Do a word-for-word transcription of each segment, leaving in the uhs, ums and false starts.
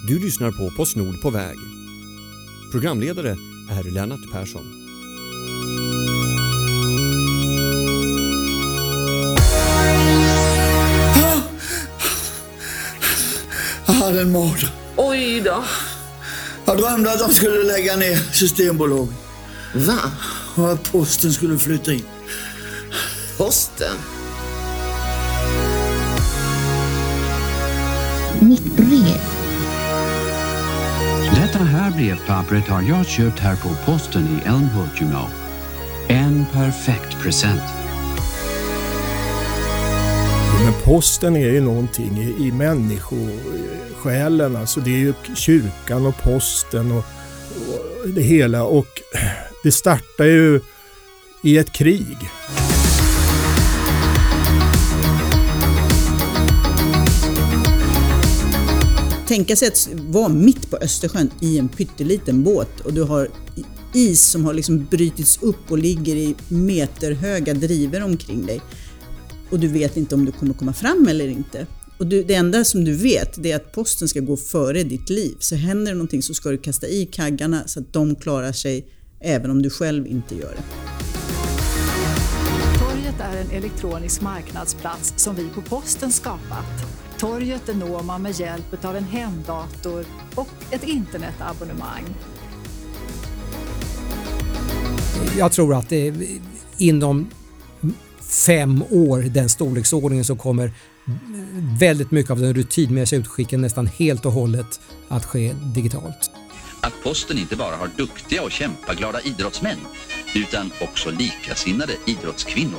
Du lyssnar på PostNord på väg. Programledare är Lennart Persson. Jag hade en mardröm. Oj då. Jag drömde att de skulle lägga ner Systembolaget. Va? Och att posten skulle flytta in. Posten? Mitt brev. Detta här brevpappret har jag köpt här på posten i Älmhult, you know. En perfekt present. Men posten är ju någonting i, i människosjälen. Alltså det är ju kyrkan och posten och, och det hela. Och det startar ju i ett krig. Tänka sig att vara mitt på Östersjön i en pytteliten båt och du har is som har liksom brytits upp och ligger i meterhöga driver omkring dig. Och du vet inte om du kommer komma fram eller inte. Och du, det enda som du vet det är att posten ska gå före ditt liv. Så händer det någonting så ska du kasta i kaggarna så att de klarar sig även om du själv inte gör det. Torget är en elektronisk marknadsplats som vi på posten skapat. Torget når man med hjälp av en hemdator och ett internetabonnemang. Jag tror att det är inom fem år, den storleksordningen, så kommer väldigt mycket av den rutinmässiga utskicken nästan helt och hållet att ske digitalt. Att posten inte bara har duktiga och kämpaglada idrottsmän utan också likasinnade idrottskvinnor.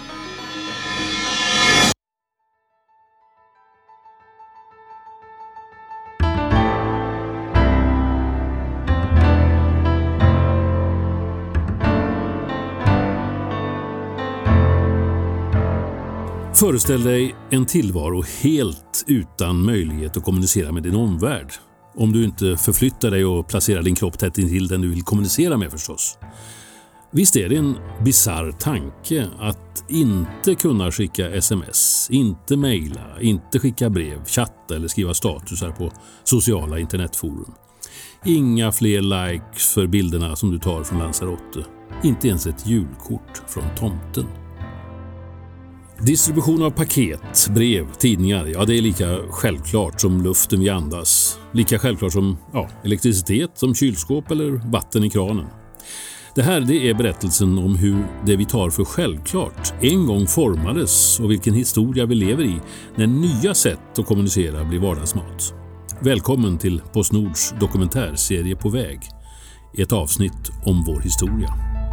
Föreställ dig en tillvaro helt utan möjlighet att kommunicera med din omvärld. Om du inte förflyttar dig och placerar din kropp tätt intill den du vill kommunicera med förstås. Visst är det en bizarr tanke att inte kunna skicka sms, inte mejla, inte skicka brev, chatta eller skriva statusar på sociala internetforum. Inga fler likes för bilderna som du tar från Lanzarote. Inte ens ett julkort från tomten. Distribution av paket, brev, tidningar, ja det är lika självklart som luften vi andas. Lika självklart som ja, elektricitet, som kylskåp eller vatten i kranen. Det här det är berättelsen om hur det vi tar för självklart en gång formades och vilken historia vi lever i när nya sätt att kommunicera blir vardagsmat. Välkommen till PostNords dokumentärserie På väg. Ett avsnitt om vår historia.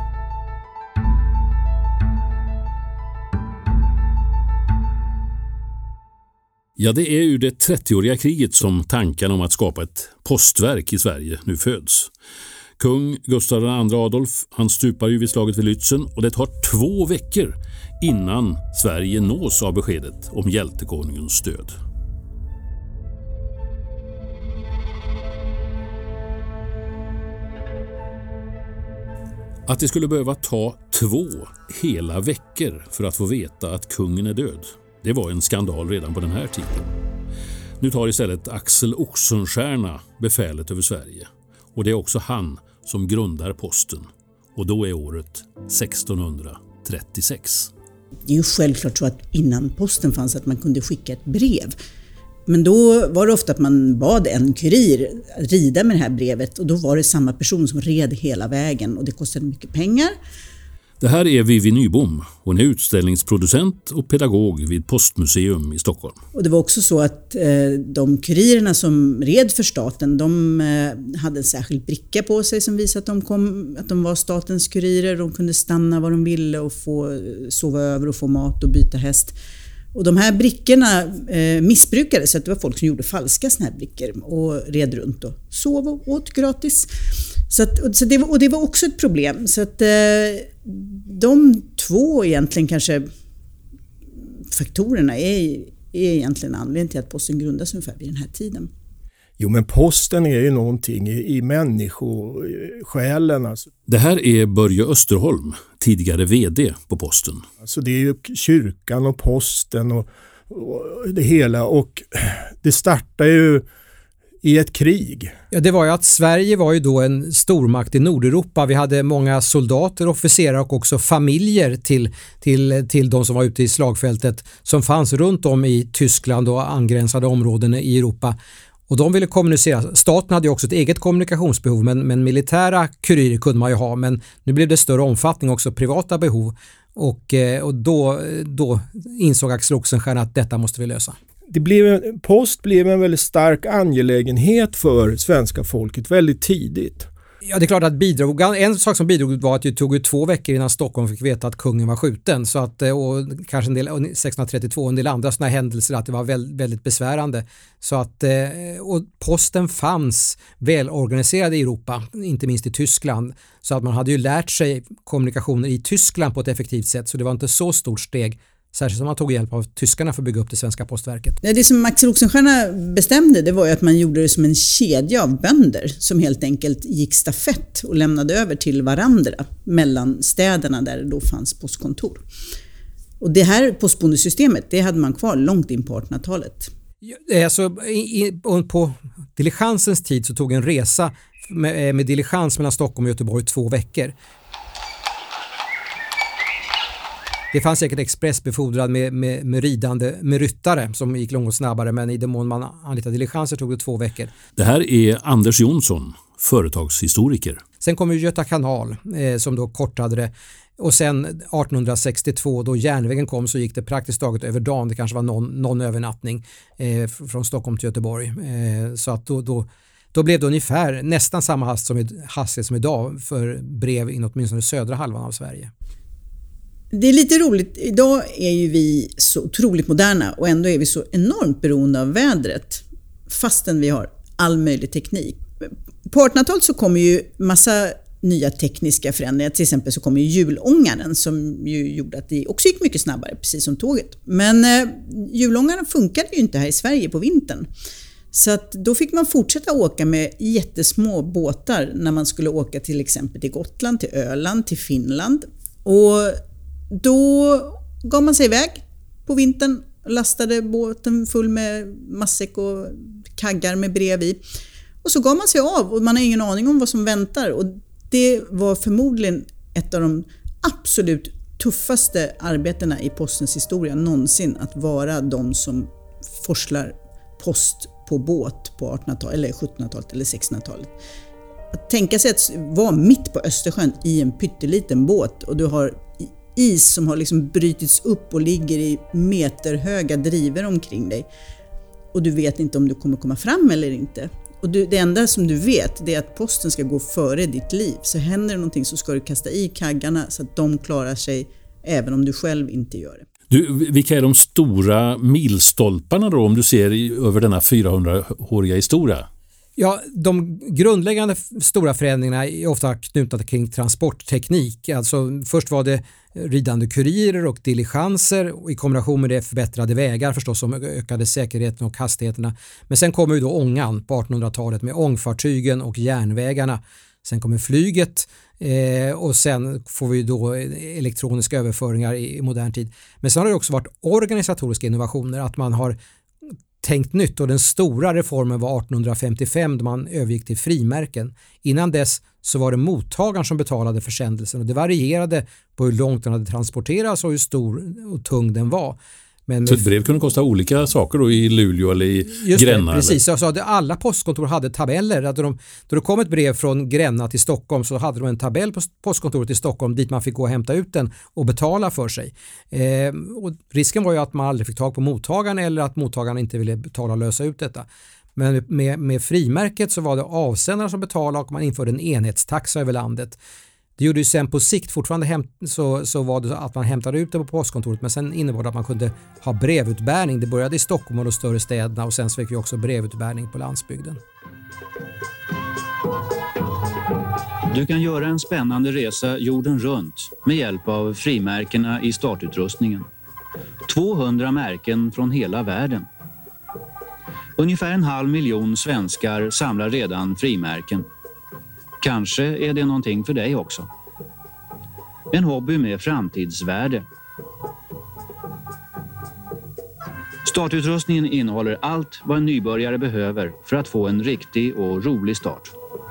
Ja, det är ur det trettioåriga kriget som tanken om att skapa ett postverk i Sverige nu föds. Kung Gustav den andre Adolf, han stupar ju vid slaget vid Lützen och det tar två veckor innan Sverige nås av beskedet om hjältekonungens död. Att det skulle behöva ta två hela veckor för att få veta att kungen är död, det var en skandal redan på den här tiden. Nu tar istället Axel Oxenstierna befälet över Sverige. Och det är också han som grundar posten. Och då är året sextonhundratrettiosex. Det är ju självklart så att innan posten fanns att man kunde skicka ett brev. Men då var det ofta att man bad en kurir rida med det här brevet. Och då var det samma person som red hela vägen och det kostade mycket pengar. Det här är Vivi Nybom. Hon är utställningsproducent och pedagog vid Postmuseum i Stockholm. Och det var också så att eh, de kurirerna som red för staten, de eh, hade en särskild bricka på sig som visade att de, kom, att de var statens kurirer. De kunde stanna var de ville och få sova över och få mat och byta häst. Och de här brickorna eh, missbrukades så att det var folk som gjorde falska såna här brickor och red runt och sov och åt gratis. Så att, och, så det var, och det var också ett problem. Så att eh, de två egentligen kanske faktorerna är, är egentligen anledningen till att posten grundas ungefär vid den här tiden. Jo, men posten är ju någonting i, i människosjälen. Alltså. Det här är Börje Österholm, tidigare vd på posten. Alltså det är ju kyrkan och posten och, och det hela. Och det startar ju i ett krig. Ja, det var ju att Sverige var ju då en stormakt i Nordeuropa. Vi hade många soldater, officerare och också familjer till, till, till de som var ute i slagfältet som fanns runt om i Tyskland och angränsade områden i Europa. Och de ville kommunicera. Staten hade ju också ett eget kommunikationsbehov, men, men militära kurirer kunde man ju ha. Men nu blev det större omfattning också privata behov. Och, och då, då insåg Axel Oxenstierna att detta måste vi lösa. Det blev, post blev en väldigt stark angelägenhet för svenska folket väldigt tidigt. Ja, det är klart att bidrog, en sak som bidrog var att det tog två veckor innan Stockholm fick veta att kungen var skjuten. Så att, och kanske en del, sextonhundratrettiotvå och en del andra sådana händelser att det var väldigt, väldigt besvärande. Så att, och posten fanns välorganiserad i Europa, inte minst i Tyskland. Så att man hade ju lärt sig kommunikationer i Tyskland på ett effektivt sätt. Så det var inte så stort steg. Särskilt som man tog hjälp av tyskarna för att bygga upp det svenska postverket. Det som Axel Oxenstierna bestämde, det var ju att man gjorde det som en kedja av bönder som helt enkelt gick stafett och lämnade över till varandra mellan städerna där det då fanns postkontor. Och det här postbondesystemet, det hade man kvar långt in på artonhundratalet. Alltså, i, på diligencens tid så tog en resa med, med diligence mellan Stockholm och Göteborg två veckor. Det fanns säkert expressbefordrad med, med, med ridande med ryttare som gick långt snabbare, men i den mån man anlitade diligenser tog det två veckor. Det här är Anders Jonsson, företagshistoriker. Sen kom ju Göta kanal eh, som då kortade det. Och sen artonhundrasextiotvå då järnvägen kom så gick det praktiskt taget över dagen. Det kanske var någon, någon övernattning eh, från Stockholm till Göteborg. Eh, så att då, då, då blev det ungefär nästan samma hast som, hastighet som idag för brev in åtminstone södra halvan av Sverige. Det är lite roligt, idag är ju vi så otroligt moderna och ändå är vi så enormt beroende av vädret fastän vi har all möjlig teknik. På artonhundratalet så kommer ju massa nya tekniska förändringar, till exempel så kommer ju hjulångaren som ju gjorde att det också gick mycket snabbare, precis som tåget. Men eh, hjulångaren funkade ju inte här i Sverige på vintern. Så att då fick man fortsätta åka med jättesmå båtar när man skulle åka till exempel till Gotland, till Öland, till Finland. Och då gav man sig iväg på vintern och lastade båten full med matsäck och kaggar med brev i. Och så gav man sig av och man har ingen aning om vad som väntar. Och det var förmodligen ett av de absolut tuffaste arbetena i postens historia någonsin. Att vara de som forslar post på båt på artonhundratalet eller sjuttonhundratalet eller sextonhundratalet. Att tänka sig att vara mitt på Östersjön i en pytteliten båt och du har is som har liksom brytits upp och ligger i meterhöga driver omkring dig. Och du vet inte om du kommer komma fram eller inte. Och du, det enda som du vet det är att posten ska gå före ditt liv. Så händer det någonting så ska du kasta i kaggarna så att de klarar sig även om du själv inte gör det. Du, vilka är de stora milstolparna då om du ser över denna fyrahundraåriga historia? Ja, de grundläggande stora förändringarna är ofta knutna kring transportteknik. Alltså först var det ridande kurirer och diligenser och i kombination med det förbättrade vägar förstås som ökade säkerheten och hastigheterna. Men sen kommer ju då ångan på artonhundratalet med ångfartygen och järnvägarna. Sen kommer flyget eh, och sen får vi då elektroniska överföringar i, i modern tid. Men sen har det också varit organisatoriska innovationer, att man har tänkt nytt, och den stora reformen var artonhundrafemtiofem då man övergick till frimärken. Innan dess så var det mottagaren som betalade försändelsen och det varierade på hur långt den hade transporterats och hur stor och tung den var. Men så ett brev kunde kosta olika saker då i Luleå eller i just Gränna? Det, precis, alltså, alla postkontor hade tabeller. Att de, då det kom ett brev från Gränna till Stockholm så hade de en tabell på postkontoret i Stockholm dit man fick gå och hämta ut den och betala för sig. Eh, och risken var ju att man aldrig fick tag på mottagaren eller att mottagaren inte ville betala och lösa ut detta. Men med, med frimärket så var det avsändare som betalade och man införde en enhetstaxa över landet. Det gjorde ju sen på sikt fortfarande hämt, så, så var det att man hämtade ut det på postkontoret, men sen innebar det att man kunde ha brevutbärning. Det började i Stockholm och de större städerna och sen så fick vi också brevutbärning på landsbygden. Du kan göra en spännande resa jorden runt med hjälp av frimärkena i startutrustningen. tvåhundra märken från hela världen. Ungefär en halv miljon svenskar samlar redan frimärken. Kanske är det någonting för dig också. En hobby med framtidsvärde. Startutrustningen innehåller allt vad en nybörjare behöver för att få en riktig och rolig start.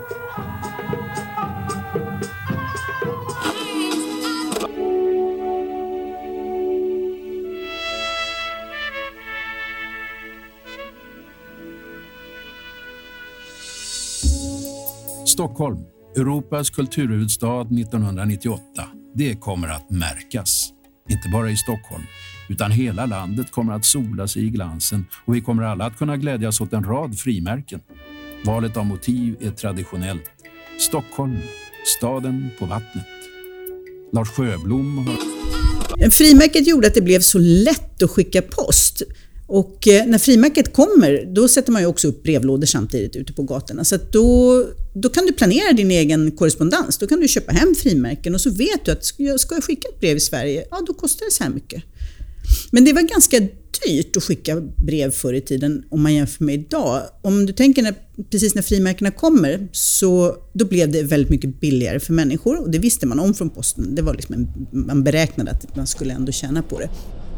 Stockholm, Europas kulturhuvudstad nittonhundranittioåtta. Det kommer att märkas. Inte bara i Stockholm, utan hela landet kommer att sola sig i glansen och vi kommer alla att kunna glädjas åt en rad frimärken. Valet av motiv är traditionellt. Stockholm, staden på vattnet. Lars Sjöblom har... Frimärket gjorde att det blev så lätt att skicka post. Och när frimärket kommer, då sätter man ju också upp brevlådor samtidigt ute på gatorna. Så att då, då kan du planera din egen korrespondens. Då kan du köpa hem frimärken och så vet du att ska jag, ska jag skicka ett brev i Sverige, ja då kostar det så här mycket. Men det var ganska dyrt att skicka brev förr i tiden om man jämför med idag. Om du tänker när, precis när frimärkena kommer, så då blev det väldigt mycket billigare för människor. Och det visste man om från posten. Det var liksom en, man beräknade att man skulle ändå tjäna på det.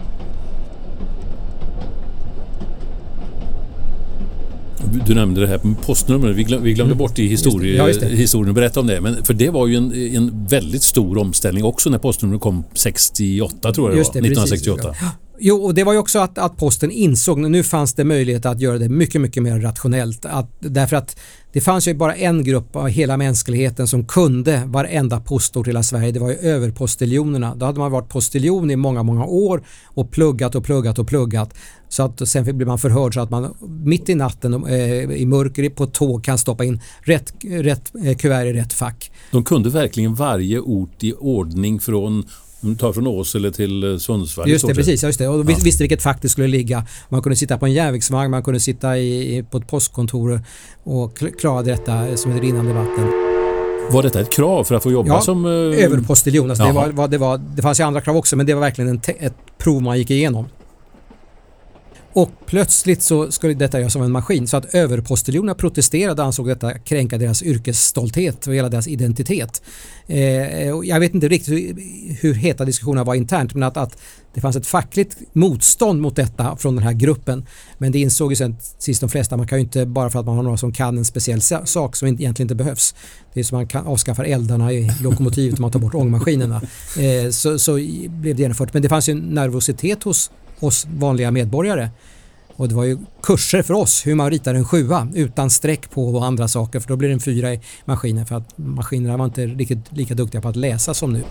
Du nämnde det här med postnummer. Vi, glöm, vi glömde mm. bort i historie, ja, historien att berätta om det. Men för det var ju en, en väldigt stor omställning också när postnummer kom sextioåtta tror jag just det, var. nittonhundrasextioåtta. Precis, ja. Jo, och det var ju också att, att posten insåg nu fanns det möjlighet att göra det mycket, mycket mer rationellt. Att, därför att det fanns ju bara en grupp av hela mänskligheten som kunde varenda postort i hela Sverige. Det var ju överpostiljonerna. Då hade man varit postiljon i många, många år och pluggat och pluggat och pluggat. Så att sen blev man förhörd så att man mitt i natten eh, i mörker på tåg kan stoppa in rätt, rätt eh, kuvert i rätt fack. De kunde verkligen varje ort i ordning från tar från Åsele till Sundsvall. Just det, precis. Just det. Och ja. Visste vilket fack det skulle ligga. Man kunde sitta på en järnvägsvagn, man kunde sitta i, på ett postkontor och klara detta som ett rinnande vatten. Var detta ett krav för att få jobba ja, som... Uh... överpostiljon. Alltså det, var, var, det, var, det fanns ju andra krav också, men det var verkligen en te- ett prov man gick igenom. Och plötsligt så skulle detta göras som en maskin, så att överpostiljonerna protesterade och ansåg detta kränka deras yrkesstolthet och hela deras identitet. Eh, jag vet inte riktigt hur heta diskussionerna var internt, men att, att det fanns ett fackligt motstånd mot detta från den här gruppen. Men det insåg ju sen sist de flesta, man kan ju inte bara för att man har några som kan en speciell sak som egentligen inte behövs. Det är som man kan avskaffa eldarna i lokomotivet om man tar bort ångmaskinerna. Eh, så, så blev det genomfört. Men det fanns ju en nervositet hos oss vanliga medborgare. Och det var ju kurser för oss hur man ritar en sjua utan streck på och andra saker, för då blir det en fyra i maskinen, för att maskinerna var inte riktigt lika duktiga på att läsa som nu.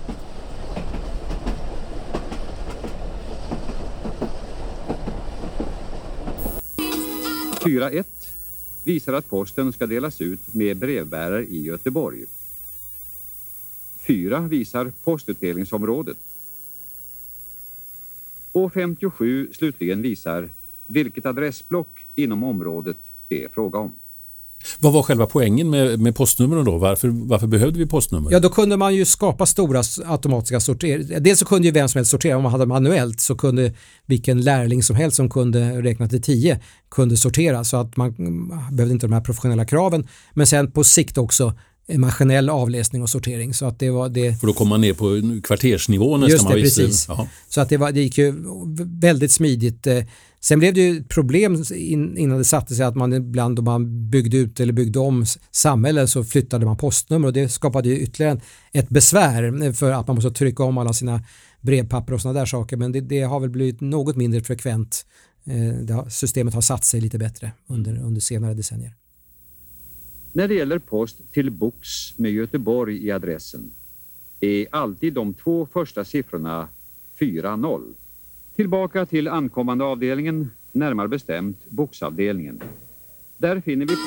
fyra ett visar att posten ska delas ut med brevbärare i Göteborg. fyra visar postutdelningsområdet. Och femtiosju slutligen visar vilket adressblock inom området det är fråga om. Vad var själva poängen med, med postnumren då? Varför, varför behövde vi postnummer? Ja, då kunde man ju skapa stora automatiska sorteringar. Dels så kunde ju vem som helst sortera. Om man hade manuellt så kunde vilken lärling som helst som kunde räkna till tio kunde sortera, så att man behövde inte de här professionella kraven. Men sen på sikt också maskinell avläsning och sortering, så att det var det. För då kom man ner på kvartersnivå nästan. Just det, precis. Så att det, var, det gick ju väldigt smidigt. Sen blev det ju ett problem innan det satte sig att man ibland, om man byggde ut eller byggde om samhällen, så flyttade man postnummer, och det skapade ju ytterligare ett besvär för att man måste trycka om alla sina brevpapper och sådana där saker. Men det, det har väl blivit något mindre frekvent. Det har, systemet har satt sig lite bättre under, under senare decennier. När det gäller post till box med Göteborg i adressen är alltid de två första siffrorna fyra noll. Tillbaka till ankommande avdelningen, närmare bestämt boxavdelningen. Där finner vi...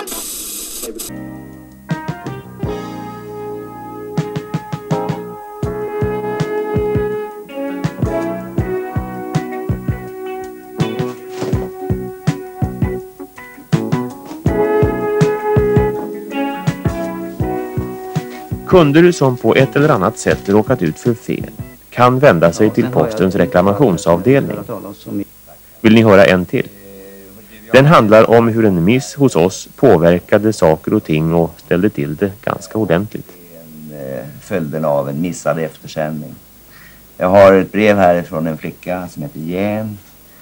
Kunder som på ett eller annat sätt råkat ut för fel kan vända sig till postens reklamationsavdelning. Vill ni höra en till? Den handlar om hur en miss hos oss påverkade saker och ting och ställde till det ganska ordentligt. Följden av en missad eftersändning. Jag har ett brev här från en flicka som heter Jen.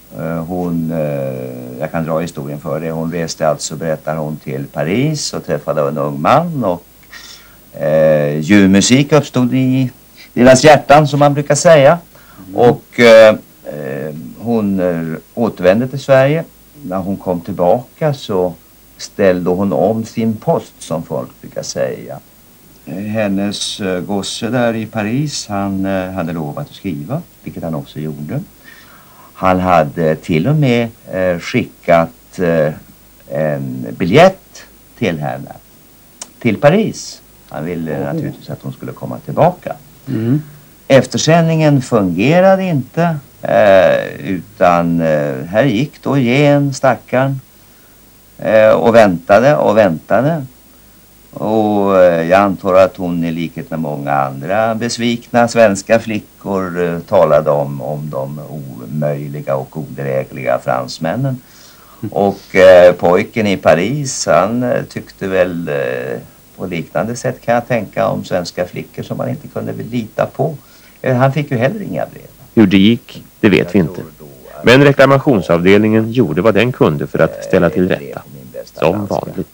Hon, jag kan dra historien för det. Hon reste alltså, berättar hon, till Paris och träffade en ung man. Och eh, ljudmusik uppstod i deras hjärtan, som man brukar säga. Mm. Och eh, hon återvände till Sverige. När hon kom tillbaka så ställde hon om sin post, som folk brukar säga. Hennes gosse där i Paris, han hade lovat att skriva, vilket han också gjorde. Han hade till och med skickat en biljett till henne till Paris. Han ville mm. naturligtvis att hon skulle komma tillbaka. Mm. Eftersändningen fungerade inte, utan här gick då igen stackaren och väntade och väntade. Och jag antar att hon, i likhet med många andra besvikna svenska flickor, talade om, om de omöjliga och odrägliga fransmännen. Och eh, pojken i Paris, han eh, tyckte väl eh, på liknande sätt, kan jag tänka, om svenska flickor som man inte kunde lita på. Eh, han fick ju heller inga brev. Hur det gick, det vet vi inte. Men reklamationsavdelningen gjorde vad den kunde för att ställa till rätta. Som vanligt.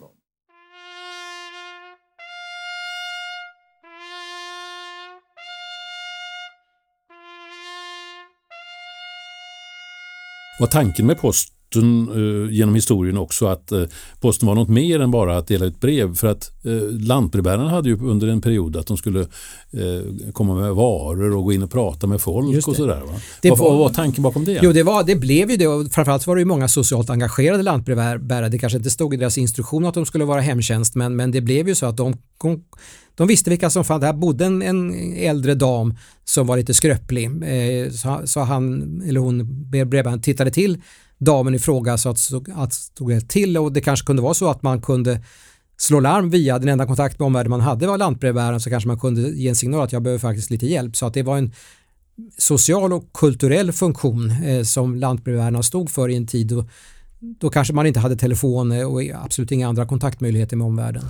Var tanken med posten eh, genom historien också att eh, posten var något mer än bara att dela ut brev? För att eh, lantbrevbärarna hade ju under en period att de skulle eh, komma med varor och gå in och prata med folk och sådär. Va? Det vad var, var tanken bakom det? Jo, det, var, det blev ju det, och framförallt var det ju många socialt engagerade lantbrevbärare. Det kanske inte stod i deras instruktion att de skulle vara hemtjänst, men, men det blev ju så att de kom. De visste vilka som fanns. Där bodde en, en äldre dam som var lite skröplig. Eh, så, så han eller hon brevbäraren tittade till damen i fråga så att, att stod det till, och det kanske kunde vara så att man kunde slå larm via den enda kontakt med omvärlden man hade var lantbrevbäraren, så kanske man kunde ge en signal att jag behöver faktiskt lite hjälp. Så att det var en social och kulturell funktion eh, som lantbrevbärarna stod för i en tid då, då kanske man inte hade telefon och absolut inga andra kontaktmöjligheter med omvärlden.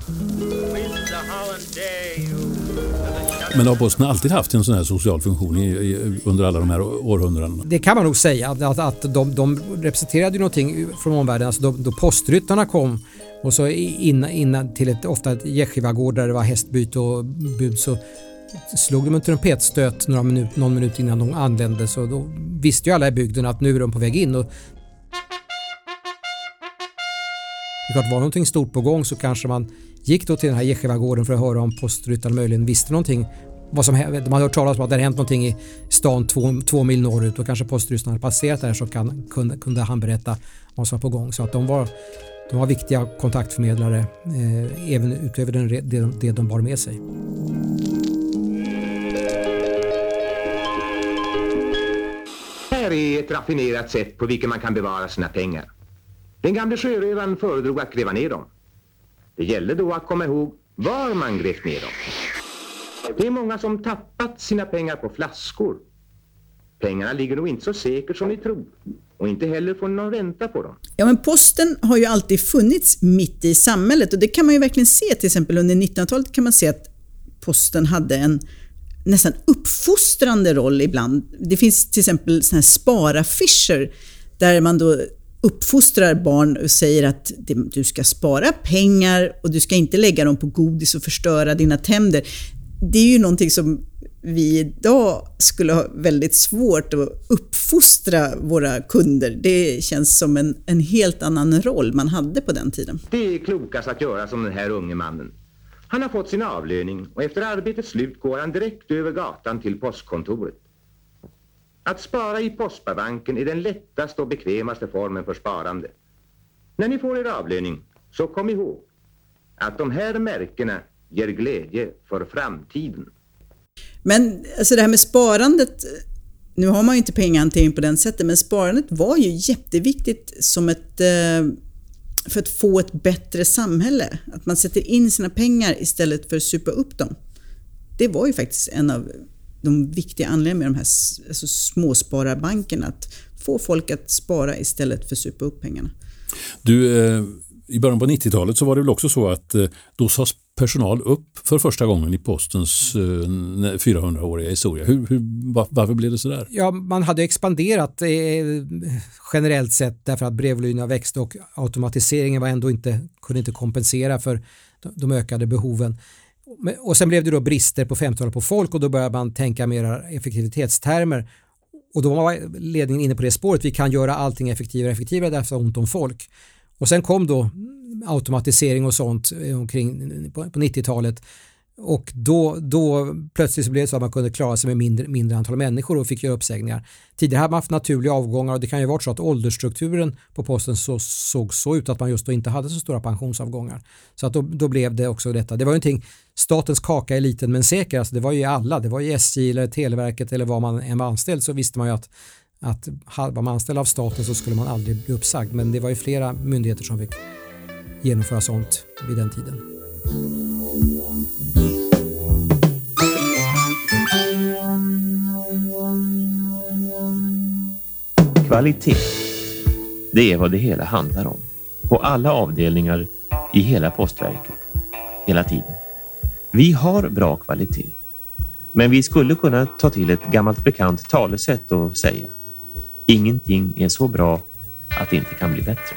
Men har posten alltid haft en sån här social funktion i, i, under alla de här århundraden? Det kan man nog säga, att, att de, de representerade ju någonting från omvärlden. Alltså då, då postryttarna kom och så innan, innan till ett, ofta ett gästgivagård där det var hästbyte och bud, så slog de en trumpetstöt några minut, någon minut innan de anlände, så då visste ju alla i bygden att nu är de på väg in. Och det klart, var någonting stort på gång så kanske man gick då till den här gästgivagården för att höra om postryttaren möjligen visste någonting. Vad som, man hade hört talas om att det hade hänt någonting i stan två, två mil norrut, och kanske postryttaren hade passerat där, så kan, kunde, kunde han berätta vad som var på gång. Så att de var, de var viktiga kontaktförmedlare eh, även utöver den, det, det de bar med sig. Här är ett raffinerat sätt på vilket man kan bevara sina pengar. Den gamle sjörövaren föredrog att gräva ner dem. Det gällde då att komma ihåg var man grävt ner dem. Det är många som tappat sina pengar på flaskor. Pengarna ligger nog inte så säkert som ni tror. Och inte heller får någon ränta på dem. Ja, men posten har ju alltid funnits mitt i samhället. Och det kan man ju verkligen se, till exempel under nittonhundratalet kan man se att posten hade en nästan uppfostrande roll ibland. Det finns till exempel såna här sparaffischer där man då uppfostrar barn och säger att du ska spara pengar och du ska inte lägga dem på godis och förstöra dina tänder. Det är ju någonting som vi idag skulle ha väldigt svårt att uppfostra våra kunder. Det känns som en, en helt annan roll man hade på den tiden. Det är klokast att göra som den här unge mannen. Han har fått sin avlöning och efter arbetets slut går han direkt över gatan till postkontoret. Att spara i Postsparbanken är den lättaste och bekvämaste formen för sparande. När ni får er avlöning så kom ihåg att de här märkena ger glädje för framtiden. Men alltså det här med sparandet, nu har man ju inte pengahantering på den sättet, men sparandet var ju jätteviktigt som ett, för att få ett bättre samhälle. Att man sätter in sina pengar istället för att supa upp dem. Det var ju faktiskt en av de viktiga anledningarna med de här alltså småspararbankerna, att få folk att spara istället för att supa upp pengarna. Du, I början på nittiotalet så var det väl också så att eh, då sades personal upp för första gången i postens eh, fyrahundraåriga historia. Hur, hur, var, varför blev det så där? Ja, man hade expanderat eh, generellt sett därför att brevvolymerna växte och automatiseringen var ändå inte, kunde inte kompensera för de, de ökade behoven. Och sen blev det då brister på femtiotalet på folk och då började man tänka mer effektivitetstermer. Och då var ledningen inne på det spåret. Vi kan göra allting effektivare och effektivare därför att ont om folk. Och sen kom då automatisering och sånt omkring på nittiotalet. Och då, då plötsligt så blev det så att man kunde klara sig med mindre, mindre antal människor och fick göra uppsägningar. Tidigare hade man haft naturliga avgångar och det kan ju vara så att åldersstrukturen på posten så, såg så ut att man just då inte hade så stora pensionsavgångar. Så att då, då blev det också detta. Det var ju någonting, statens kaka är liten men säker. Alltså det var ju alla, det var ju S J eller Televerket eller var man än var anställd så visste man ju att, att var man anställd av staten så skulle man aldrig bli uppsagd. Men det var ju flera myndigheter som fick genomföra sånt vid den tiden. Kvalitet, det är vad det hela handlar om. På alla avdelningar i hela postverket. Hela tiden. Vi har bra kvalitet. Men vi skulle kunna ta till ett gammalt bekant talesätt och säga: ingenting är så bra att det inte kan bli bättre.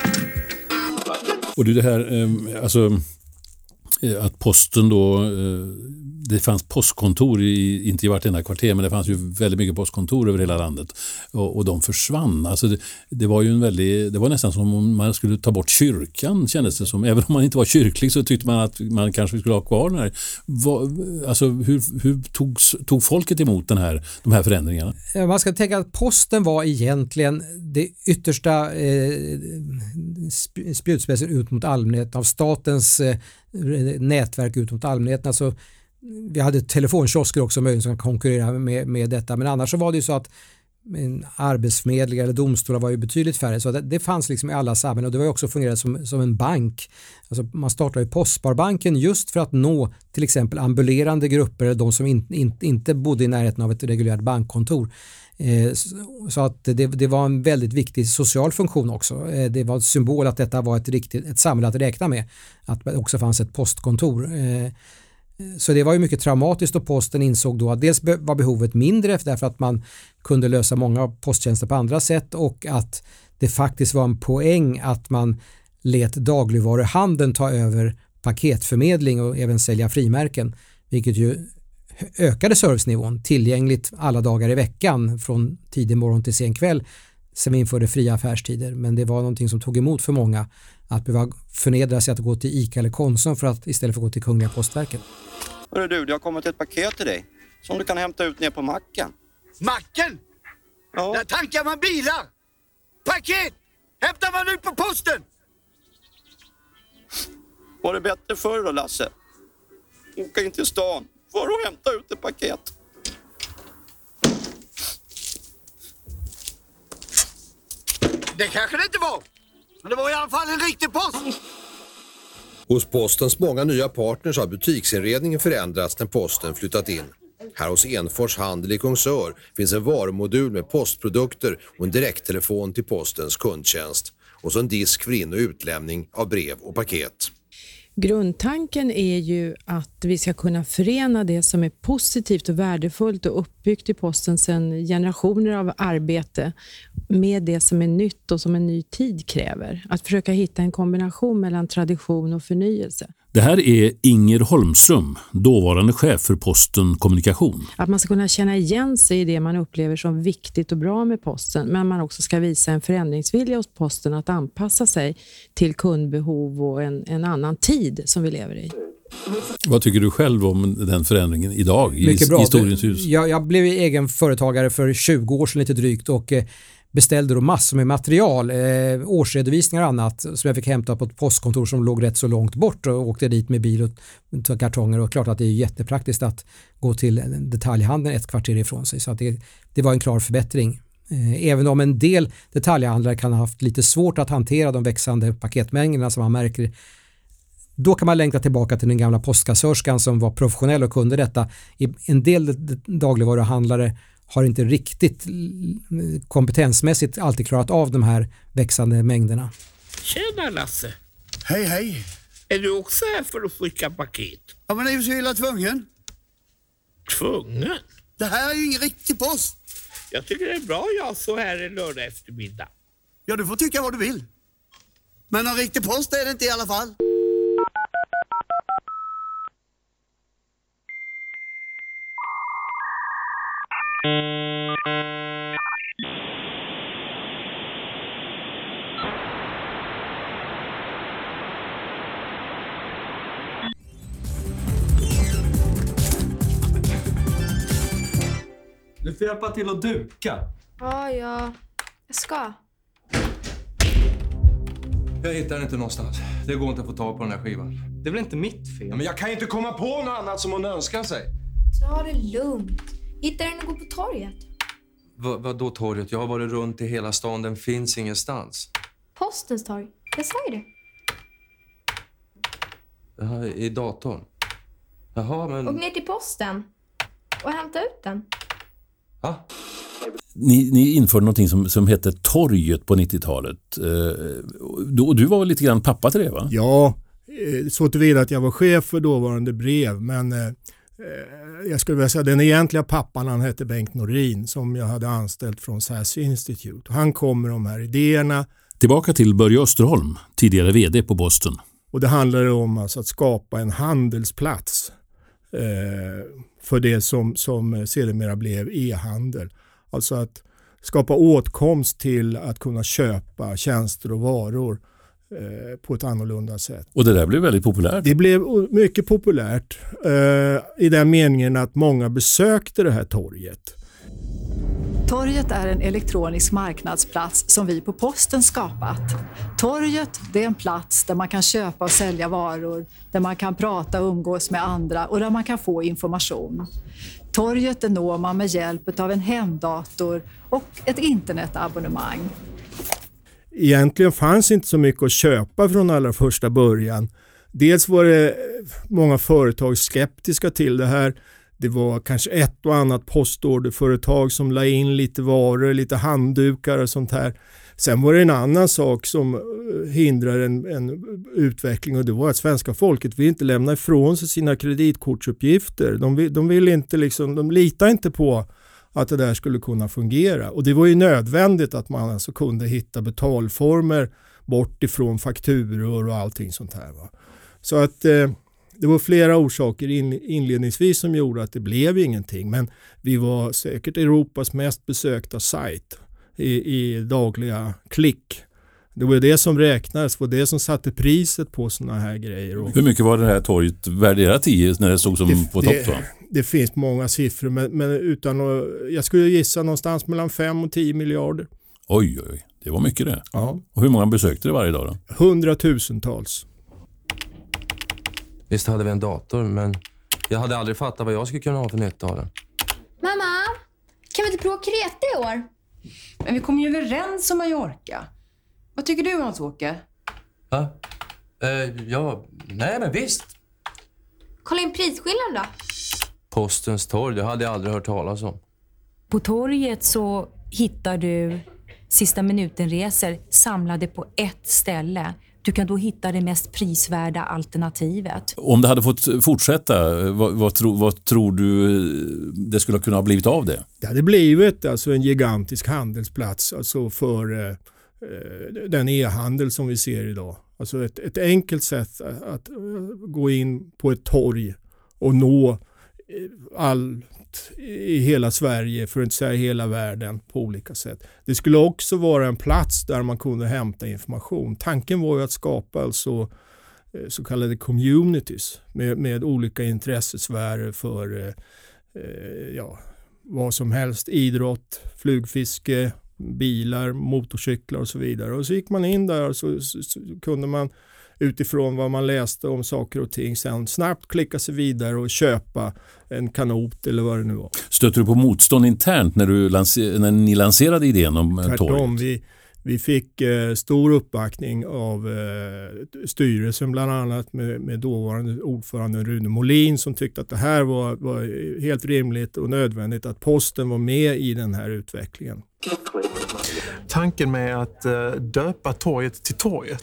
Och det här, alltså att posten då, det fanns postkontor i, inte i vartenda kvarter, men det fanns ju väldigt mycket postkontor över hela landet och, och de försvann. Alltså det, det var ju en väldigt, det var nästan som om man skulle ta bort kyrkan, kändes det som. Även om man inte var kyrklig så tyckte man att man kanske skulle ha kvar den här. Vad, alltså hur, hur togs, tog folket emot den här, de här förändringarna? Man ska tänka att posten var egentligen det yttersta eh, spjutspetsen ut mot allmänheten av statens eh, nätverk ut mot allmänheten. Alltså, vi hade telefonkiosker också möjligt som kan konkurrera med, med detta, men annars så var det ju så att arbetsförmedlingar eller domstolar var ju betydligt färre, så det, det fanns liksom i alla samhällen och det var ju också fungerat som, som en bank. Alltså man startade ju Postsparbanken just för att nå till exempel ambulerande grupper eller de som in, in, inte bodde i närheten av ett reguljärt bankkontor. Eh, så att det, det var en väldigt viktig social funktion också. Eh, det var en symbol att detta var ett, riktigt, ett samhälle att räkna med, att det också fanns ett postkontor. Eh, Så det var ju mycket traumatiskt och posten insåg då att dels var behovet mindre därför att man kunde lösa många posttjänster på andra sätt och att det faktiskt var en poäng att man lät dagligvaruhandeln ta över paketförmedling och även sälja frimärken, vilket ju ökade servicenivån, tillgängligt alla dagar i veckan från tidig morgon till sen kväll sen vi införde fria affärstider. Men det var någonting som tog emot för många att behöva förnedra sig att gå till ICA eller Konsum för att istället för att gå till Kungliga Postverket. Hörru du, det har kommit ett paket till dig som du kan hämta ut ner på macken. Macken? Ja. Där tankar man bilar. Paket hämtar man ut på posten. Var det bättre förr då, Lasse? Åka in till stan för att hämta ut ett paket. Det kanske det inte var. Men det var i alla fall en riktig post. Hos postens många nya partners har butiksinredningen förändrats när posten flyttat in. Här hos Enfors Handel i Kungsör finns en varumodul med postprodukter och en direkttelefon till postens kundtjänst. Och så en disk för in- och utlämning av brev och paket. Grundtanken är ju att vi ska kunna förena det som är positivt och värdefullt och uppbyggt i posten sedan generationer av arbete med det som är nytt och som en ny tid kräver. Att försöka hitta en kombination mellan tradition och förnyelse. Det här är Inger Holmström, dåvarande chef för Posten Kommunikation. Att man ska kunna känna igen sig i det man upplever som viktigt och bra med posten, men man också ska visa en förändringsvilja hos posten att anpassa sig till kundbehov och en, en annan tid som vi lever i. Vad tycker du själv om den förändringen idag i Mycket bra. historiens hus? Jag, jag blev egen företagare för tjugo år sedan lite drygt och eh, beställde då massor med material, eh, årsredovisningar och annat som jag fick hämta på ett postkontor som låg rätt så långt bort och åkte dit med bil och tog kartonger och klart att det är jättepraktiskt att gå till detaljhandeln ett kvarter ifrån sig, så att det, det var en klar förbättring. Eh, även om en del detaljhandlare kan ha haft lite svårt att hantera de växande paketmängderna som man märker, då kan man längta tillbaka till den gamla postkassörskan som var professionell och kunde detta. En del dagligvaruhandlare har inte riktigt kompetensmässigt alltid klarat av de här växande mängderna. Tjena Lasse! Hej, hej. Är du också här för att skicka paket? Ja, men är ju så illa tvungen. Tvungen? Det här är ju ingen riktig post. Jag tycker det är bra jag så här en lördag eftermiddag. Ja, du får tycka vad du vill. Men en riktig post är det inte i alla fall. Du får hjälpa till att duka. Ja, ja. Jag ska. Jag hittar den inte någonstans. Det går inte att få tag på den här skivan. Det är väl inte mitt fel? Ja, men jag kan inte komma på något annat som hon önskar sig. Ta det lugnt. Hittar den och gå på torget. Va, vad då torget? Jag har varit runt i hela stan. Den finns ingenstans. Postens torg. Jag sa ju det. Det här är i datorn. Jaha, men... Och ner till posten. Och hämta ut den. Ja. Ni, ni införde någonting som, som hette Torget på nittiotalet. Eh, och du var väl lite grann pappa till det, va? Ja, så tillvida att jag var chef för dåvarande brev. Men eh, jag skulle vilja säga den egentliga pappan, han hette Bengt Norin, som jag hade anställt från S A S Institute. Han kom med de här idéerna. Tillbaka till Börje Österholm, tidigare vd på Posten. Och det handlade om alltså att skapa en handelsplats eh, för det som, som sedermera blev e-handel. Alltså att skapa åtkomst till att kunna köpa tjänster och varor eh, på ett annorlunda sätt. Och det där blev väldigt populärt. Det blev mycket populärt eh, i den meningen att många besökte det här torget. Torget är en elektronisk marknadsplats som vi på Posten skapat. Torget, det är en plats där man kan köpa och sälja varor, där man kan prata och umgås med andra och där man kan få information. Torget det når man med hjälp av en hemdator och ett internetabonnemang. Egentligen fanns inte så mycket att köpa från allra första början. Dels var det många företag skeptiska till det här. Det var kanske ett och annat postorderföretag som la in lite varor, lite handdukar och sånt här. Sen var det en annan sak som hindrar en, en utveckling, och det var att svenska folket vill inte lämna ifrån sig sina kreditkortsuppgifter. De vill, de vill inte liksom, de litar inte på att det där skulle kunna fungera. Och det var ju nödvändigt att man alltså kunde hitta betalformer bort ifrån fakturor och allting sånt här, va. Så att eh, det var flera orsaker in, inledningsvis som gjorde att det blev ingenting. Men vi var säkert Europas mest besökta sajt i, i dagliga klick. Det var det som räknades, det var det som satte priset på såna här grejer. Och hur mycket var det här torget värderat i när det stod som det, på topp? Det, det finns många siffror, men, men utan att, jag skulle gissa någonstans mellan fem och tio miljarder. Oj, oj, det var mycket det. Ja. Och hur många besökte det varje dag då? Hundratusentals. Visst hade vi en dator, men jag hade aldrig fattat vad jag skulle kunna ha för nytta av den. Mamma, kan vi inte prova Kreta i år? Men vi kom ju överens om Mallorca. Vad tycker du, Hans-Åke? Va? Eh, ja, nej men visst. Kolla in prisskillnaden då. Postens torg, det hade jag aldrig hört talas om. På torget så hittar du sista minuten-resor samlade på ett ställe. Du kan då hitta det mest prisvärda alternativet. Om det hade fått fortsätta, vad, vad, tro, vad tror du det skulle kunna ha blivit av det? Det hade blivit alltså en gigantisk handelsplats alltså för eh, den e-handel som vi ser idag. Alltså ett, ett enkelt sätt att, att gå in på ett torg och nå allt i hela Sverige, för att inte säga hela världen, på olika sätt. Det skulle också vara en plats där man kunde hämta information. Tanken var ju att skapa alltså så kallade communities med, med olika intressesfärer för eh, ja, vad som helst. Idrott, flugfiske, bilar, motorcyklar och så vidare. Och så gick man in där och så, så, så kunde man utifrån vad man läste om saker och ting sen snabbt klicka sig vidare och köpa en kanot eller vad det nu var. Stötte du på motstånd internt när, du lanser- när ni lanserade idén om torget? Tvärtom, vi, vi fick eh, stor uppbackning av eh, styrelsen bland annat med, med dåvarande ordförande Rune Molin, som tyckte att det här var, var helt rimligt och nödvändigt att Posten var med i den här utvecklingen. Tanken med att uh, döpa torget till torget,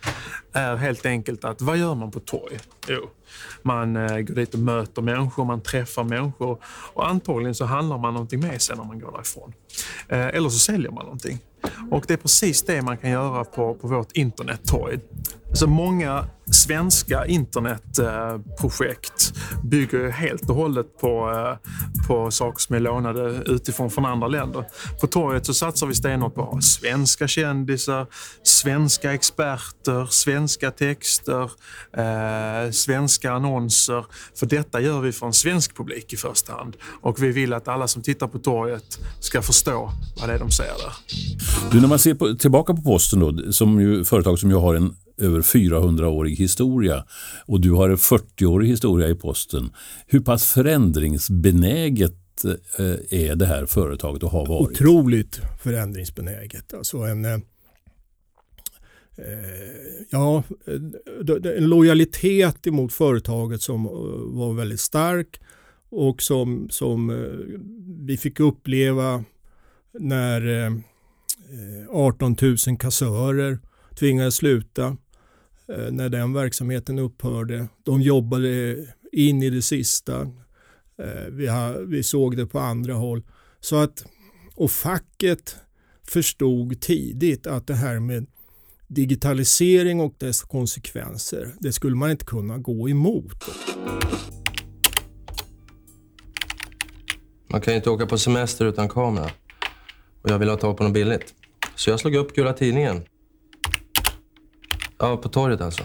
är helt enkelt att vad gör man på torg? Jo, man eh, går dit och möter människor, man träffar människor och antagligen så handlar man någonting med sig när man går därifrån. Eh, eller så säljer man någonting. Och det är precis det man kan göra på, på vårt internettorg. Så många svenska internetprojekt bygger helt och hållet på, på saker som är lånade utifrån från andra länder. På torget så satsar vi stenhårt på svenska kändisar, svenska experter, svenska texter, eh, svenska annonser. För detta gör vi för en svensk publik i första hand. Och vi vill att alla som tittar på torget ska förstå vad det är de ser där. Du, när man ser på, tillbaka på Posten då, som ju företag som ju har en över fyrahundraårig historia och du har en fyrtioårig historia i Posten. Hur pass förändringsbenäget eh, är det här företaget att ha varit? Otroligt förändringsbenäget. Alltså en, eh, ja, en lojalitet emot företaget som var väldigt stark och som, som vi fick uppleva när eh, arton tusen kassörer tvingades sluta när den verksamheten upphörde. De jobbade in i det sista. Vi, har, vi såg det på andra håll. Så att, och facket förstod tidigt att det här med digitalisering och dess konsekvenser, det skulle man inte kunna gå emot. Man kan ju inte åka på semester utan kamera. Och jag vill ha tag på något billigt. Så jag slog upp Gula Tidningen. Ja, på torget alltså.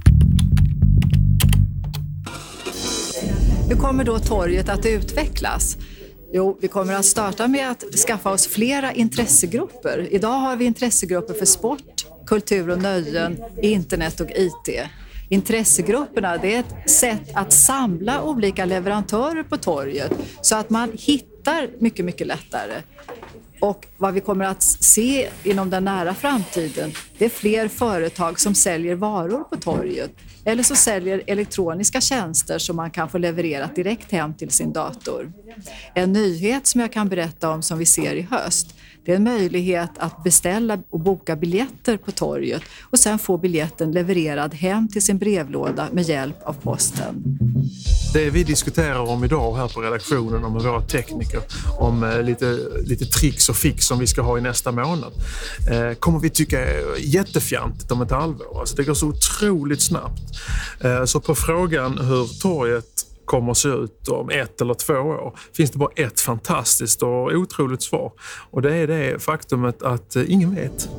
Hur kommer då torget att utvecklas? Jo, vi kommer att starta med att skaffa oss flera intressegrupper. Idag har vi intressegrupper för sport, kultur och nöjen, internet och I T. Intressegrupperna, det är ett sätt att samla olika leverantörer på torget så att man hittar mycket, mycket lättare. Och vad vi kommer att se inom den nära framtiden, det är fler företag som säljer varor på torget eller så säljer elektroniska tjänster som man kan få levererat direkt hem till sin dator. En nyhet som jag kan berätta om som vi ser i höst, det är en möjlighet att beställa och boka biljetter på torget och sen få biljetten levererad hem till sin brevlåda med hjälp av posten. Det vi diskuterar om idag här på redaktionen och med våra tekniker om lite, lite tricks och fix som vi ska ha i nästa månad eh, kommer vi tycka är jättefjantigt om ett halvår. Alltså det går så otroligt snabbt. Eh, så på frågan hur torget kommer att se ut om ett eller två år finns det bara ett fantastiskt och otroligt svar. Och det är det faktumet att eh, ingen vet.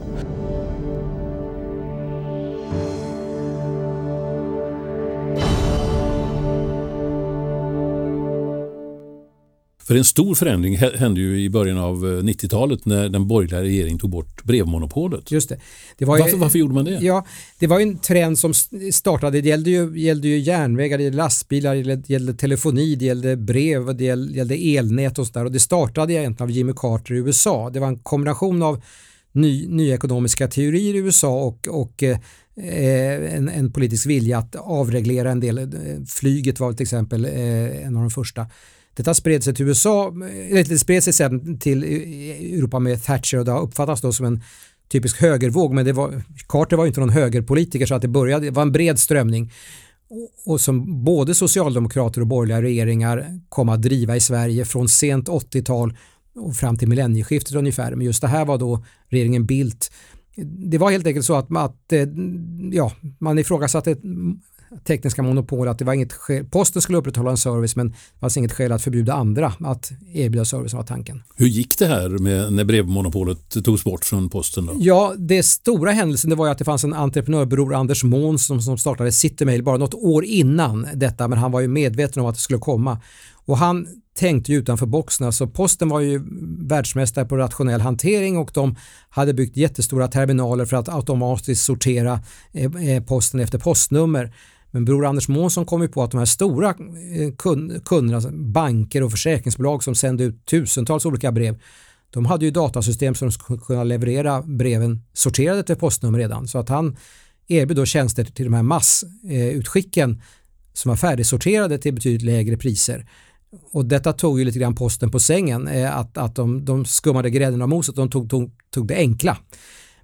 För en stor förändring hände ju i början av nittiotalet när den borgerliga regeringen tog bort brevmonopolet. Just det. Det var ju, varför, varför gjorde man det? Ja, det var ju en trend som startade. Det gällde ju, gällde ju järnvägar, det gällde lastbilar, det gällde, gällde telefoni, det gällde brev, det gällde, gällde elnät och sådär. Och det startade egentligen av Jimmy Carter i U S A. Det var en kombination av ny, nya ekonomiska teorier i U S A och, och eh, en, en politisk vilja att avreglera en del. Flyget var till exempel eh, en av de första. Detta spred sig till U S A, det spred sig sedan till Europa med Thatcher och det har uppfattats då som en typisk högervåg, men det var, Carter var ju inte någon högerpolitiker så att det började, det var en bred strömning och, och som både socialdemokrater och borgerliga regeringar kom att driva i Sverige från sent åttiotal och fram till millennieskiftet ungefär, men just det här var då regeringen Bildt. Det var helt enkelt så att, att ja, man ifrågasatte tekniska monopol, att det var inget skäl, posten skulle upprätthålla en service men det fanns inget skäl att förbjuda andra att erbjuda service var tanken. Hur gick det här med när brevmonopolet togs bort från posten då? Ja, det stora händelsen det var ju att det fanns en entreprenörbror, Anders Måns, som, som startade Citymail bara något år innan detta, men han var ju medveten om att det skulle komma och han tänkte ju utanför boxarna, så posten var ju världsmästare på rationell hantering och de hade byggt jättestora terminaler för att automatiskt sortera eh, posten efter postnummer. Men bror Anders Månsson kom ju på att de här stora kunderna, banker och försäkringsbolag som sände ut tusentals olika brev, de hade ju datasystem som skulle kunna leverera breven sorterade till postnummer redan. Så att han erbjöd då tjänster till de här massutskicken som var färdigsorterade till betydligt lägre priser. Och detta tog ju lite grann posten på sängen, att, att de, de skummade grädden av moset, de tog, tog, tog det enkla.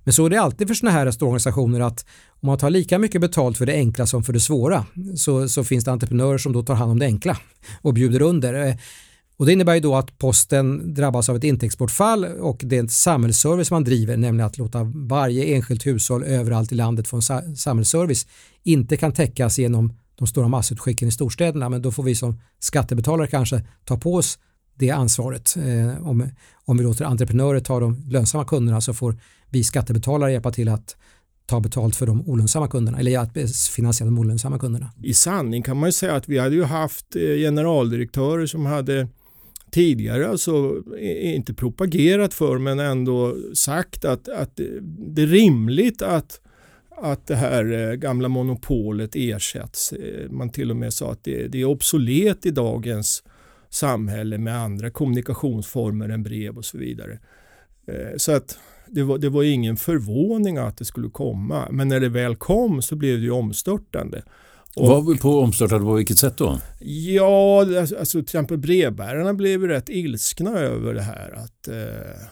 Men så är det alltid för såna här stora organisationer att om man tar lika mycket betalt för det enkla som för det svåra så, så finns det entreprenörer som då tar hand om det enkla och bjuder under. Och det innebär ju då att Posten drabbas av ett intäktsbortfall och det är en samhällsservice man driver, nämligen att låta varje enskilt hushåll överallt i landet få en samhällsservice inte kan täckas genom de stora massutskicken i storstäderna, men då får vi som skattebetalare kanske ta på oss det ansvaret. Eh, om, om vi låter entreprenörer ta de lönsamma kunderna så får vi skattebetalare hjälpa till att ta betalt för de olönsamma kunderna eller att finansiera de olönsamma kunderna. I sanning kan man ju säga att vi hade ju haft generaldirektörer som hade tidigare alltså inte propagerat för men ändå sagt att, att det är rimligt att, att det här gamla monopolet ersätts. Man till och med sa att det, det är obsolet i dagens samhälle med andra kommunikationsformer än brev och så vidare. Så att det var, det var ingen förvåning att det skulle komma. Men när det väl kom så blev det ju omstörtande. Och, vad på omstörtande på vilket sätt då? Ja, alltså till exempel brevbärarna blev ju rätt ilskna över det här att eh,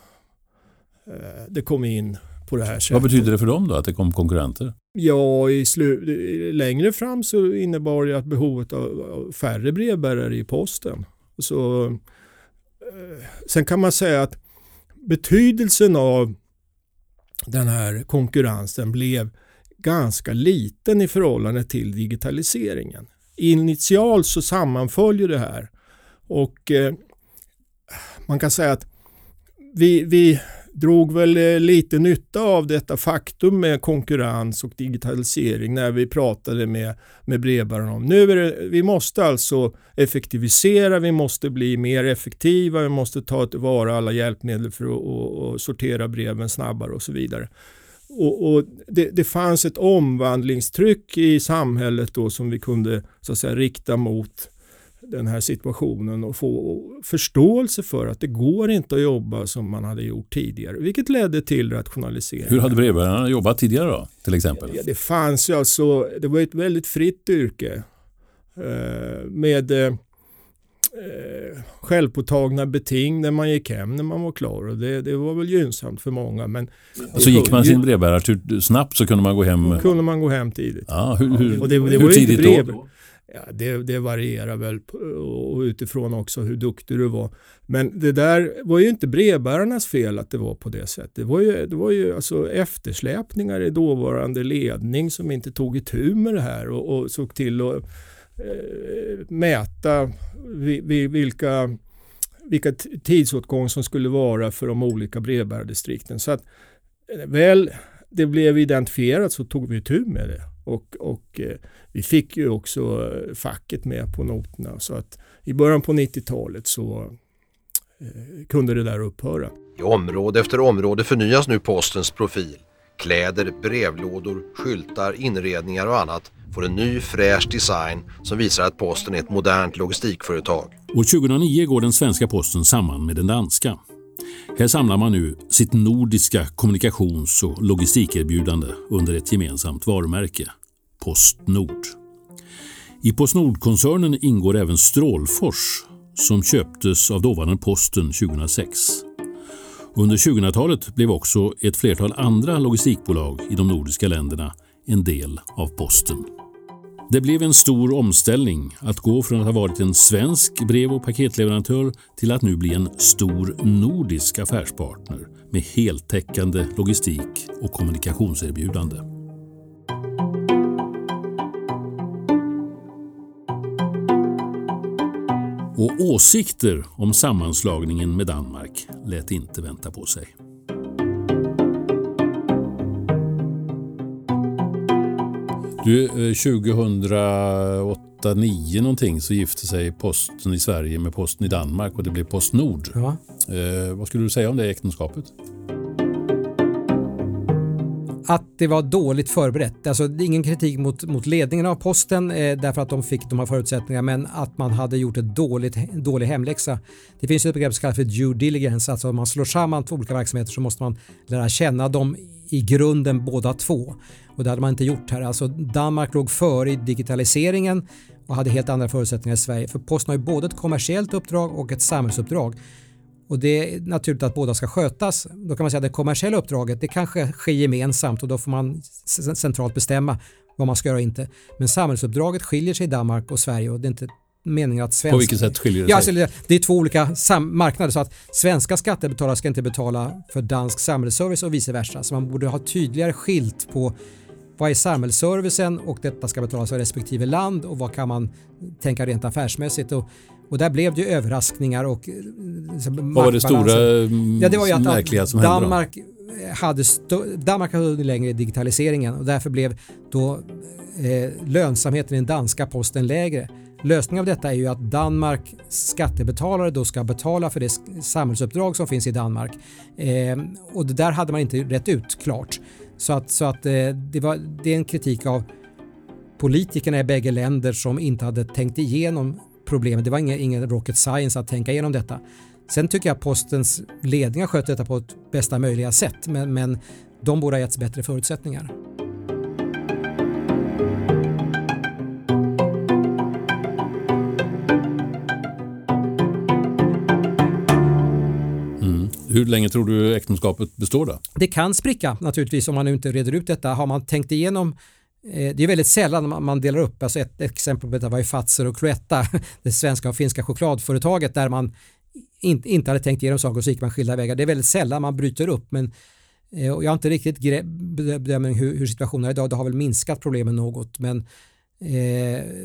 det kom in på det här sättet. Vad betyder det för dem då att det kom konkurrenter? Ja, i slu- längre fram så innebar det att behovet av färre brevbärare i posten. Så, eh, sen kan man säga att betydelsen av den här konkurrensen blev ganska liten i förhållande till digitaliseringen. Initialt så sammanföljer det här och eh, man kan säga att vi, vi drog väl lite nytta av detta faktum med konkurrens och digitalisering när vi pratade med, med brevbärarna om. Nu är det, vi måste alltså effektivisera, vi måste bli mer effektiva, vi måste ta tillvara alla hjälpmedel för att och, och sortera breven snabbare och så vidare. Och, och det, det fanns ett omvandlingstryck i samhället då som vi kunde så att säga rikta mot den här situationen och få förståelse för att det går inte att jobba som man hade gjort tidigare, vilket ledde till rationalisering. Hur hade brevbärarna jobbat tidigare då, till exempel? Ja, det fanns ju alltså, det var ett väldigt fritt yrke eh, med eh, självpåtagna beting när man gick hem när man var klar och det, det var väl gynnsamt för många. Men alltså gick man sin brevbärare snabbt så kunde man gå hem? Kunde man gå hem tidigt. Ja, hur, hur, och det, det hur var tidigt brev, då? Ja, det, det varierar väl och utifrån också hur duktig du var. Men det där var ju inte brevbärarnas fel att det var på det sättet. Det var ju, det var ju alltså eftersläpningar i dåvarande ledning som inte tog itu med det här och, och såg till att eh, mäta vi, vi, vilka, vilka tidsåtgång som skulle vara för de olika brevbärardistrikten. Så att väl det blev identifierat så tog vi itu med det. Och, och eh, vi fick ju också facket med på noterna så att i början på nittiotalet så eh, kunde det där upphöra. I område efter område förnyas nu postens profil. Kläder, brevlådor, skyltar, inredningar och annat får en ny fräsch design som visar att posten är ett modernt logistikföretag. År tjugohundranio går den svenska posten samman med den danska. Här samlar man nu sitt nordiska kommunikations- och logistikerbjudande under ett gemensamt varumärke, PostNord. I PostNord-koncernen ingår även Strålfors som köptes av dåvarande Posten tjugohundrasex. Under tjugohundratalet blev också ett flertal andra logistikbolag i de nordiska länderna en del av Posten. Det blev en stor omställning att gå från att ha varit en svensk brev- och paketleverantör till att nu bli en stor nordisk affärspartner med heltäckande logistik och kommunikationserbjudande. Och åsikter om sammanslagningen med Danmark lät inte vänta på sig. Du, tjugohundraåtta nio någonting så gifte sig Posten i Sverige med Posten i Danmark och det blev PostNord. Ja. Eh, vad skulle du säga om det äktenskapet? Att det var dåligt förberett. Alltså det är ingen kritik mot, mot ledningen av Posten eh, därför att de fick de här förutsättningarna, men att man hade gjort ett dåligt, dålig hemläxa. Det finns ett begrepp som kallas för due diligence. Alltså om man slår samman två olika verksamheter så måste man lära känna dem i grunden båda två. Och det hade man inte gjort här. Alltså Danmark låg före i digitaliseringen och hade helt andra förutsättningar i Sverige. För Posten har ju både ett kommersiellt uppdrag och ett samhällsuppdrag. Och det är naturligt att båda ska skötas. Då kan man säga att det kommersiella uppdraget det kanske sker gemensamt och då får man centralt bestämma vad man ska göra och inte. Men samhällsuppdraget skiljer sig i Danmark och Sverige och det är inte meningen att svenska... På vilket sätt skiljer det sig? Ja, alltså det är två olika sam- marknader så att svenska skattebetalare ska inte betala för dansk samhällsservice och vice versa. Så man borde ha tydligare skilt på vad är samhällsservicen och detta ska betalas av respektive land och vad kan man tänka rent affärsmässigt och, och där blev det ju överraskningar och vad var det stora ja, det var ju att, märkliga som Danmark hände hade st- Danmark hade längre digitaliseringen och därför blev då eh, lönsamheten i den danska posten lägre. Lösningen av detta är ju att Danmark skattebetalare då ska betala för det samhällsuppdrag som finns i Danmark eh, och det där hade man inte rätt ut klart. Så att, så att eh, det, var, det är en kritik av politikerna i bägge länder som inte hade tänkt igenom problemet. Det var ingen, ingen rocket science att tänka igenom detta. Sen tycker jag att postens ledning har skött detta på ett bästa möjliga sätt men, men de borde ha getts bättre förutsättningar. Hur länge tror du äktenskapet består då? Det kan spricka naturligtvis om man nu inte reder ut detta. Har man tänkt igenom, eh, det är väldigt sällan man, man delar upp, alltså ett, ett exempel på detta var ju Fazer och Cloetta, det svenska och finska chokladföretaget där man in, inte hade tänkt igenom saker och så gick man skilda vägar. Det är väldigt sällan man bryter upp men eh, jag har inte riktigt gre- bedömt hur, hur situationen är idag. Det har väl minskat problemen något men eh, eh,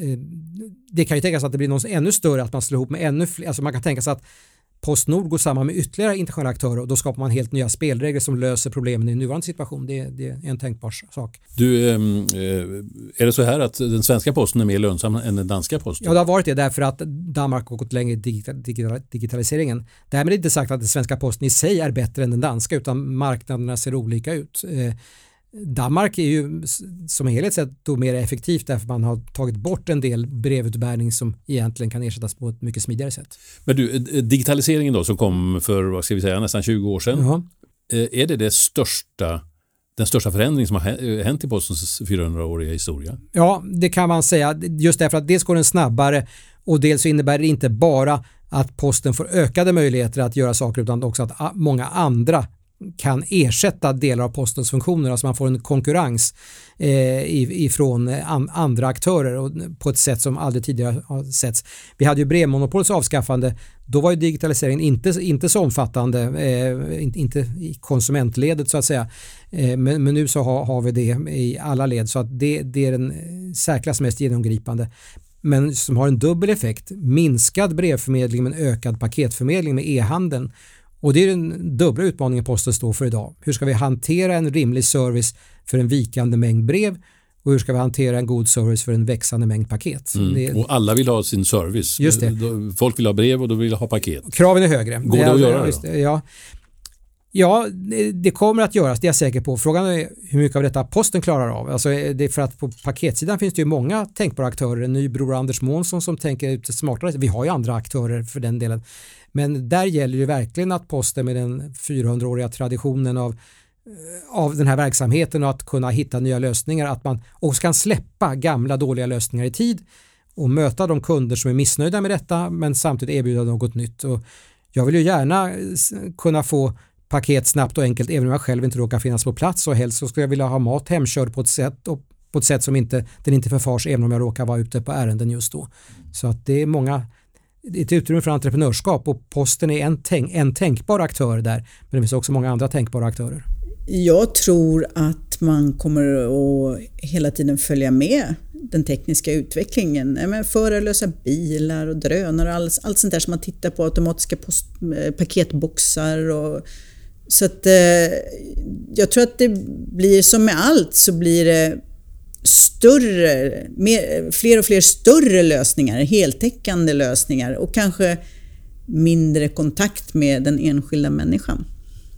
det kan ju tänkas att det blir något ännu större att man slår ihop med ännu fler, alltså man kan tänka sig att Postnord går samman med ytterligare internationella aktörer och då skapar man helt nya spelregler som löser problemen i nuvarande situation. Det, det är en tänkbar sak. Du, är det så här att den svenska posten är mer lönsam än den danska posten? Ja, det har varit det därför att Danmark har gått längre i digital, digitaliseringen. Därmed är det inte sagt att den svenska posten i sig är bättre än den danska utan marknaderna ser olika ut. Danmark är ju som helhet sett då mer effektivt därför man har tagit bort en del brevutbärning som egentligen kan ersättas på ett mycket smidigare sätt. Men du, digitaliseringen då som kom för vad ska vi säga, nästan tjugo år sedan. Uh-huh. Är det, det största, den största förändring som har hänt i postens fyrahundraåriga historia? Ja, det kan man säga. Just därför att dels går den snabbare och dels så innebär det inte bara att posten får ökade möjligheter att göra saker utan också att många andra kan ersätta delar av postens funktioner. Alltså man får en konkurrens eh, ifrån an, andra aktörer och på ett sätt som aldrig tidigare har setts. Vi hade ju brevmonopolets avskaffande. Då var ju digitaliseringen inte, inte så omfattande, eh, inte, inte i konsumentledet så att säga. Eh, men, men nu så har, har vi det i alla led så att det, det är den säkrast mest genomgripande. Men som har en dubbel effekt. Minskad brevförmedling men ökad paketförmedling med e-handeln. Och det är den dubbla utmaningen posten står för idag. Hur ska vi hantera en rimlig service för en vikande mängd brev och hur ska vi hantera en god service för en växande mängd paket? Mm. Det, och alla vill ha sin service. Just det. Folk vill ha brev och då vill ha paket. Kraven är högre. Går det, det att göra just, det? Ja, ja det, det kommer att göras, det är jag säker på. Frågan är hur mycket av detta posten klarar av. Alltså det är för att på paketsidan finns det ju många tänkbara aktörer. En ny bror Anders Månsson som tänker ut smartare. Vi har ju andra aktörer för den delen. Men där gäller det verkligen att posten med den fyrahundraåriga traditionen av, av den här verksamheten och att kunna hitta nya lösningar, att man också kan släppa gamla dåliga lösningar i tid och möta de kunder som är missnöjda med detta men samtidigt erbjuda något nytt. Och jag vill ju gärna kunna få paket snabbt och enkelt även om jag själv inte råkar finnas på plats och helst så skulle jag vilja ha mat hemkörd på ett sätt och på ett sätt som inte, den inte förfars även om jag råkar vara ute på ärenden just då. Så att det är många ett utrymme för entreprenörskap och posten är en, tänk, en tänkbar aktör där men det finns också många andra tänkbara aktörer. Jag tror att man kommer att hela tiden följa med den tekniska utvecklingen. Men förarlösa bilar och drönare och allt, allt sånt där som man tittar på, automatiska post, paketboxar och så att eh, jag tror att det blir som med allt så blir det större, mer, fler och fler större lösningar, heltäckande lösningar och kanske mindre kontakt med den enskilda människan.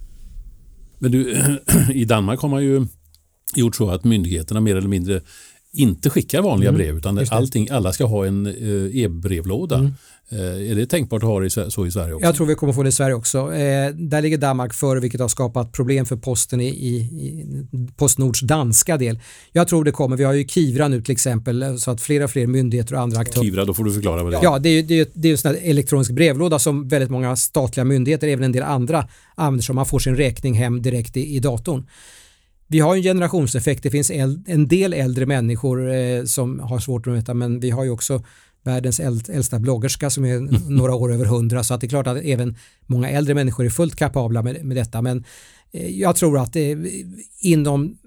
Men du, i Danmark har man ju gjort så att myndigheterna mer eller mindre inte skickar vanliga Mm, brev utan just det. allting, alla ska ha en eh, e-brevlåda. Mm. Eh, är det tänkbart att ha det i Sve- så i Sverige också? Jag tror vi kommer få det i Sverige också. Eh, där ligger Danmark före, vilket har skapat problem för posten i, i, i Postnords danska del. Jag tror det kommer. Vi har ju Kivra nu till exempel, så att flera och fler myndigheter och andra aktörer. Kivra, då får du förklara vad det är. Ja, det är ju det är, det är en sån här elektronisk brevlåda som väldigt många statliga myndigheter, även en del andra, använder som man får sin räkning hem direkt i, i datorn. Vi har ju en generationseffekt. Det finns äl- en del äldre människor eh, som har svårt att möta, men vi har ju också världens äld- äldsta bloggerska som är några år över hundra, så att det är klart att även många äldre människor är fullt kapabla med, med detta, men eh, jag tror att eh, inom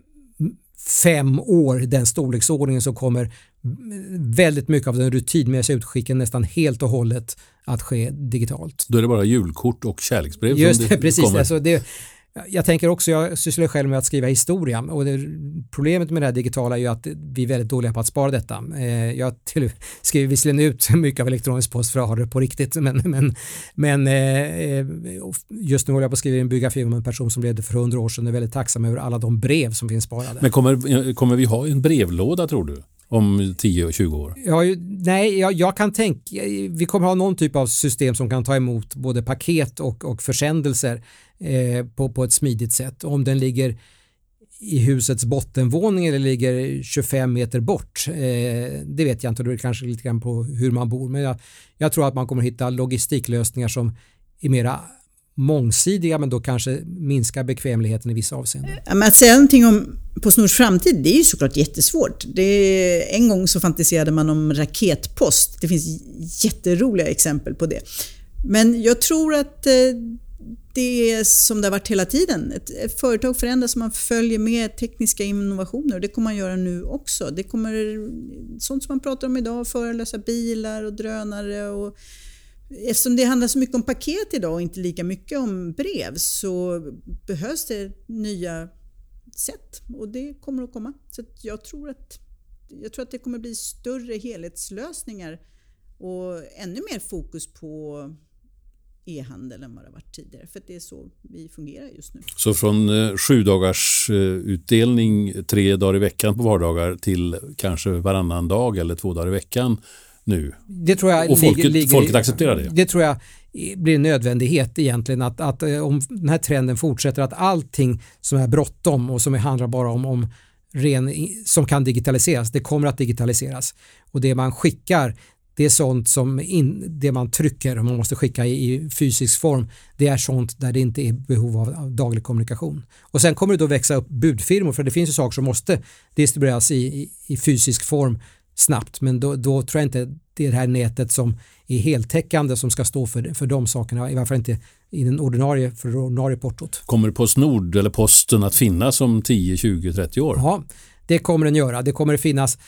fem år, den storleksordningen, så kommer väldigt mycket av den rutinmässiga utskicken nästan helt och hållet att ske digitalt. Då är det bara julkort och kärleksbrev Just som det, precis. kommer. Alltså det, jag tänker också, jag sysslar själv med att skriva historia, och det, problemet med det här digitala är ju att vi är väldigt dåliga på att spara detta. Eh, jag till, skriver visserligen ut mycket av elektronisk post för att ha det på riktigt, men, men, men eh, just nu håller jag på att skriva en byggarfilm om en person som levde för hundra år sedan och är väldigt tacksam över alla de brev som finns sparade. Men kommer, kommer vi ha en brevlåda, tror du? Om tio tjugo år? Ja, nej, jag, jag kan tänka, vi kommer ha någon typ av system som kan ta emot både paket och, och försändelser eh, på, på ett smidigt sätt. Om den ligger i husets bottenvåning eller ligger tjugofem meter bort, eh, det vet jag inte, det är kanske lite grann på hur man bor, men jag, jag tror att man kommer hitta logistiklösningar som är mera mångsidiga, men då kanske minskar bekvämligheten i vissa avseenden. Men att säga någonting om Postnords framtid, det är ju såklart jättesvårt. Det är, en gång så fantiserade man om raketpost. Det finns jätteroliga exempel på det. Men jag tror att det är som det har varit hela tiden. Ett, ett företag förändras och man följer med tekniska innovationer. Det kommer man göra nu också. Det kommer sånt som man pratar om idag, förarlösa bilar och drönare och eftersom det handlar så mycket om paket idag och inte lika mycket om brev, så behövs det nya sätt, och det kommer att komma. Så att jag tror att jag tror att det kommer bli större helhetslösningar och ännu mer fokus på e-handel än vad det har varit tidigare, för att det är så vi fungerar just nu. Så från eh, sju dagars eh, utdelning tre dagar i veckan på vardagar till kanske varannan dag eller två dagar i veckan nu. Det tror jag och folket, ligger, folket accepterar det. Det tror jag blir en nödvändighet egentligen, att, att om den här trenden fortsätter, att allting som är bråttom och som handlar bara om, om ren, som kan digitaliseras, det kommer att digitaliseras. Och det man skickar, det är sånt som in, det man trycker och man måste skicka i, i fysisk form, det är sånt där det inte är behov av, av daglig kommunikation. Och sen kommer det då växa upp budfirmor, för det finns ju saker som måste distribueras i, i, i fysisk form snabbt, men då, då tror jag inte det är det här nätet som är heltäckande som ska stå för, för de sakerna, i varje fall inte i den ordinarie, för det ordinarie portot. Kommer Postnord eller Posten att finnas om tio, tjugo, trettio år? Ja, det kommer den göra. Det kommer att finnas,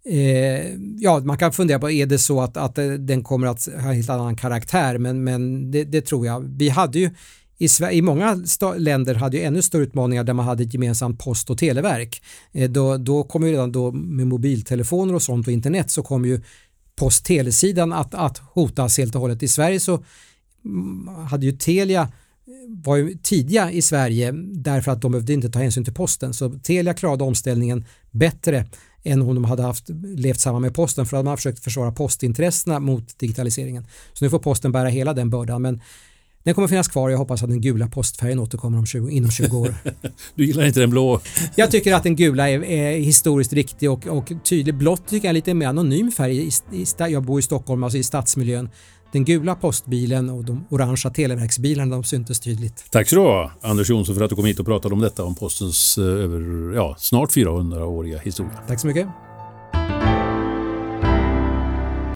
eh, ja, man kan fundera på, är det så att, att den kommer att ha en helt annan karaktär, men, men det, det tror jag. Vi hade ju I, Sverige, I många sta- länder hade ju ännu större utmaningar där man hade ett gemensamt post- och televerk. Eh, då, då kom ju redan då med mobiltelefoner och sånt och internet, så kom ju post-telesidan att, att hotas helt och hållet. I Sverige så hade ju Telia, var ju tidiga i Sverige därför att de behövde inte ta hänsyn till posten. Så Telia klarade omställningen bättre än om de hade haft, levt samman med posten, för att man har försökt försvara postintressena mot digitaliseringen. Så nu får posten bära hela den bördan, men den kommer finnas kvar. Jag hoppas att den gula postfärgen återkommer om tjugo, inom tjugo år. Du gillar inte den blå? Jag tycker att den gula är, är historiskt riktig och, och tydlig. Blått tycker jag är lite mer anonym färg. I, i, jag bor i Stockholm, alltså i stadsmiljön. Den gula postbilen och de orangea televerksbilarna, de syntes tydligt. Tack så du ha, Anders Jonsson, för att du kom hit och pratade om detta, om postens över, ja, snart fyrahundraåriga historia. Tack så mycket.